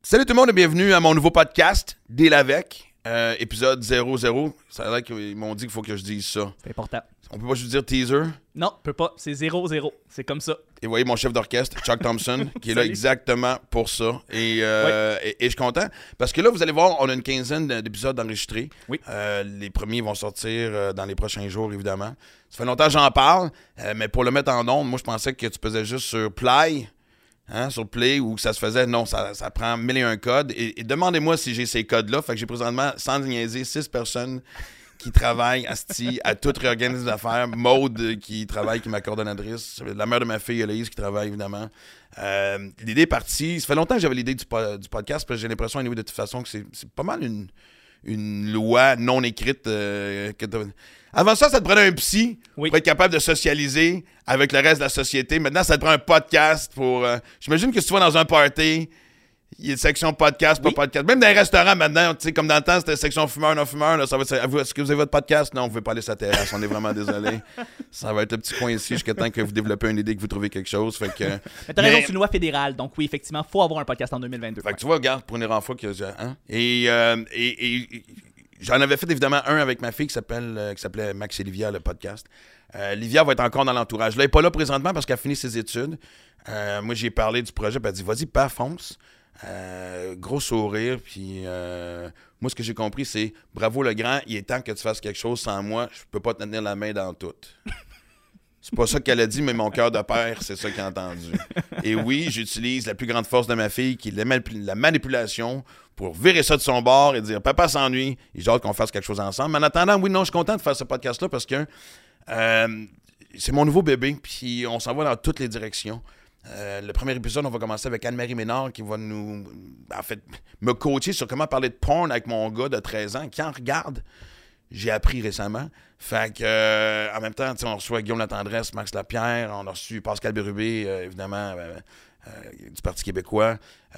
Salut tout le monde et bienvenue à mon nouveau podcast, Deal avec, épisode 00. Ça a l'air qu'ils m'ont dit qu'il faut que je dise ça. C'est important. On peut pas juste dire teaser. Non, peut pas. C'est 0-0. C'est comme ça. Et vous voyez mon chef d'orchestre, Chuck Thompson, qui est là exactement pour ça. Et je suis content. Parce que là, vous allez voir, on a une quinzaine d'épisodes enregistrés. Oui. Les premiers vont sortir dans les prochains jours, évidemment. Ça fait longtemps que j'en parle, mais pour le mettre en ondes, moi, je pensais que tu faisais juste sur Play. Hein, sur Play, où ça se faisait, non, ça prend 1001 codes. Et demandez-moi si j'ai ces codes-là. Fait que j'ai présentement, sans niaiser, 6 personnes qui travaillent à tout réorganiser les affaires. Maude qui travaille, qui est ma coordonnatrice. La mère de ma fille, Héloïse, qui travaille, évidemment. L'idée est partie. Ça fait longtemps que j'avais l'idée du podcast, parce que j'ai l'impression, anyway, de toute façon, que c'est pas mal une loi non écrite. Avant ça te prenait un psy pour être capable de socialiser avec le reste de la société. Maintenant, ça te prend un podcast pour... J'imagine que si tu vas dans un party, il y a une section podcast, pas podcast. Même dans les restaurants, maintenant, tu sais, comme dans le temps, c'était section fumeur, non fumeur. Là, ça va être, est-ce que vous avez votre podcast? Non, vous ne pouvez pas aller sur la terrasse. On est vraiment désolé. Ça va être le petit coin ici jusqu'à temps que vous développez une idée, que vous trouvez quelque chose. Fait que... Mais t'as raison, c'est une loi fédérale. Donc oui, effectivement, il faut avoir un podcast en 2022. Fait que tu vois, regarde, pour une rare fois que... Hein? Et j'en avais fait évidemment un avec ma fille qui s'appelait Max et Livia, le podcast. Livia va être encore dans l'entourage. Là, elle n'est pas là présentement parce qu'elle a fini ses études. Moi, j'ai parlé du projet, puis elle a dit, vas-y, pas fonce. Gros sourire, puis moi, ce que j'ai compris, c'est, bravo le grand, il est temps que tu fasses quelque chose sans moi, je peux pas te tenir la main dans tout. C'est pas ça qu'elle a dit, mais mon cœur de père, c'est ça qu'il a entendu. Et oui, j'utilise la plus grande force de ma fille, qui est la manipulation, pour virer ça de son bord et dire « Papa s'ennuie, j'ai hâte qu'on fasse quelque chose ensemble. » Mais en attendant, oui, non, je suis content de faire ce podcast-là parce que c'est mon nouveau bébé, puis on s'en va dans toutes les directions. Le premier épisode, on va commencer avec Anne-Marie Ménard qui va me coacher sur comment parler de porn avec mon gars de 13 ans qui en regarde. J'ai appris récemment. Fait que, en même temps, on reçoit Guillaume Latendresse, Max Lapierre, on a reçu Pascal Bérubé, évidemment, du Parti québécois.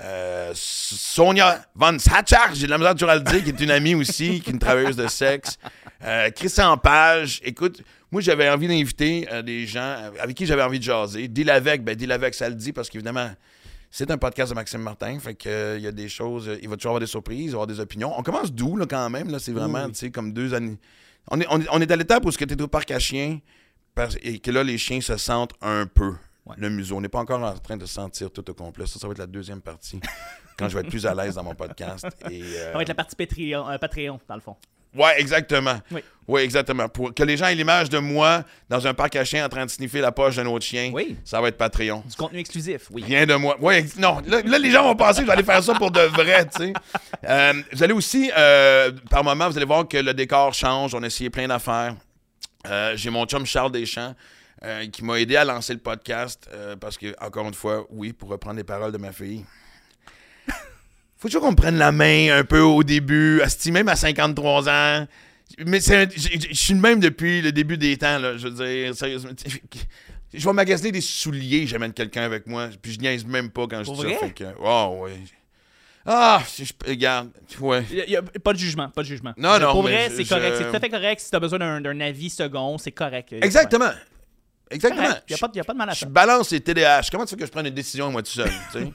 Sonia Von Satchar, j'ai de la misère toujours à le dire, qui est une amie aussi, qui est une travailleuse de sexe. Christian Page. Écoute, moi, j'avais envie d'inviter des gens avec qui j'avais envie de jaser. Deal avec, ça le dit, parce qu'évidemment, c'est un podcast de Maxime Martin, fait que il y a des choses, il va toujours avoir des surprises, il va avoir des opinions. On commence doux, là, quand même, là, c'est vraiment, tu sais, comme 2 années. On est à l'étape où tu es au parc à chiens, et que là, les chiens se sentent un peu le museau. On n'est pas encore en train de se sentir tout au complet. Ça va être la deuxième partie, quand je vais être plus à l'aise dans mon podcast. Ça va être la partie Patreon, dans le fond. Ouais, exactement. Oui, exactement. Pour que les gens aient l'image de moi dans un parc à chiens en train de sniffer la poche d'un autre chien, ça va être Patreon. Du contenu exclusif, oui. Rien de moi. Ouais, non, là, les gens vont penser que je vais aller faire ça pour de vrai, tu sais. Vous allez aussi, par moment, vous allez voir que le décor change. On a essayé plein d'affaires. J'ai mon chum Charles Deschamps qui m'a aidé à lancer le podcast parce que, encore une fois, oui, pour reprendre les paroles de ma fille, faut toujours qu'on me prenne la main un peu au début, même à 53 ans. Mais je suis le même depuis le début des temps, là. Je veux dire, sérieusement. Je vais magasiner des souliers, j'amène quelqu'un avec moi, puis je niaise même pas quand je dis ça. Fait que, ouais. Regarde, ouais. Il y a pas de jugement, pas de jugement. Non, pour vrai, c'est correct. C'est tout à fait correct. Si tu as besoin d'un avis second, c'est correct. Exactement. Exactement. Il n'y a pas de mal à ça. Je balance les TDAH. Comment tu veux que je prenne une décision moi tout seul?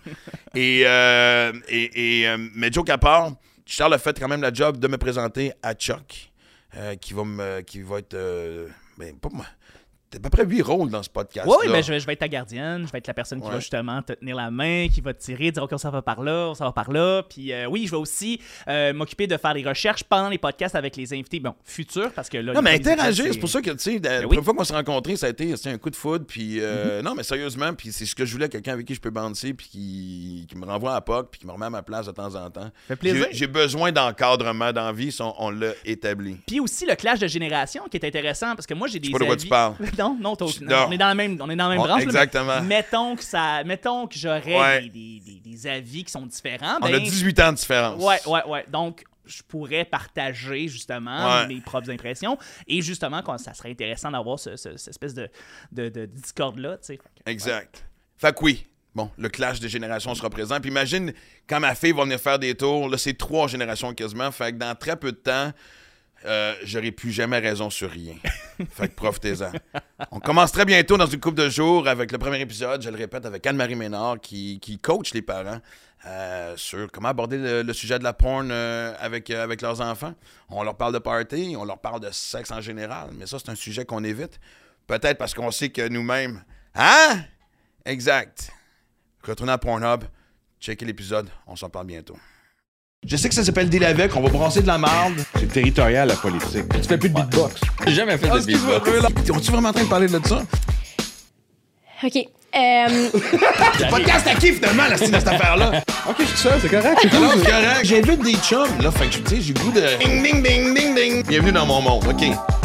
Mais joke à part, Charles a fait quand même la job de me présenter à Chuck, qui va être... pas moi. T'as à peu près 8 rôles dans ce podcast. Oui, mais je vais être ta gardienne, je vais être la personne qui va justement te tenir la main, qui va te tirer, dire OK, on s'en va par là, on s'en va par là. Puis oui, je vais aussi m'occuper de faire des recherches pendant les podcasts avec les invités, futurs, parce que là... Non, mais interagir, c'est pour ça que, tu sais, la première fois qu'on s'est rencontrés, ça a été un coup de foudre, puis non, mais sérieusement, puis c'est ce que je voulais, quelqu'un avec qui je peux bouncer, puis qui me renvoie à POC, puis qui me remet à ma place de temps en temps. Ça fait plaisir. J'ai besoin d'encadrement dans la vie, on l'a établi. Puis aussi le clash de génération qui est intéressant, parce que moi, j'ai des avis... Je sais pas de quoi tu parles. Non, on est dans la même branche. Exactement. Là, mettons que j'aurais des avis qui sont différents. On a 18 ans de différence. Ouais. Donc, je pourrais partager justement mes propres impressions. Et justement, ça serait intéressant d'avoir cette espèce de discorde-là. Exact. Fait que oui. Bon, le clash des générations sera présent. Puis imagine, quand ma fille va venir faire des tours, là, c'est 3 générations quasiment. Fait que dans très peu de temps... j'aurai plus jamais raison sur rien. Fait que profitez-en. On commence très bientôt dans une couple de jours avec le premier épisode, je le répète, avec Anne-Marie Ménard qui coach les parents sur comment aborder le sujet de la porn avec leurs enfants. On leur parle de party, on leur parle de sexe en général, mais ça, c'est un sujet qu'on évite. Peut-être parce qu'on sait que nous-mêmes... Hein? Exact. Retournez à Pornhub, checkez l'épisode, on s'en parle bientôt. Je sais que ça s'appelle Deal avec, on va brasser de la marde. C'est territorial, la politique. Tu fais plus de beatbox. J'ai jamais fait de beatbox. On-tu vraiment en train de parler de ça? OK. Le podcast à qui, finalement, cette affaire-là? OK, je suis seul, c'est correct. Non, c'est correct. J'invite des chums, là, fait que, tu sais, j'ai le goût de... Ding, ding, ding, ding, ding. Bienvenue dans mon monde, OK.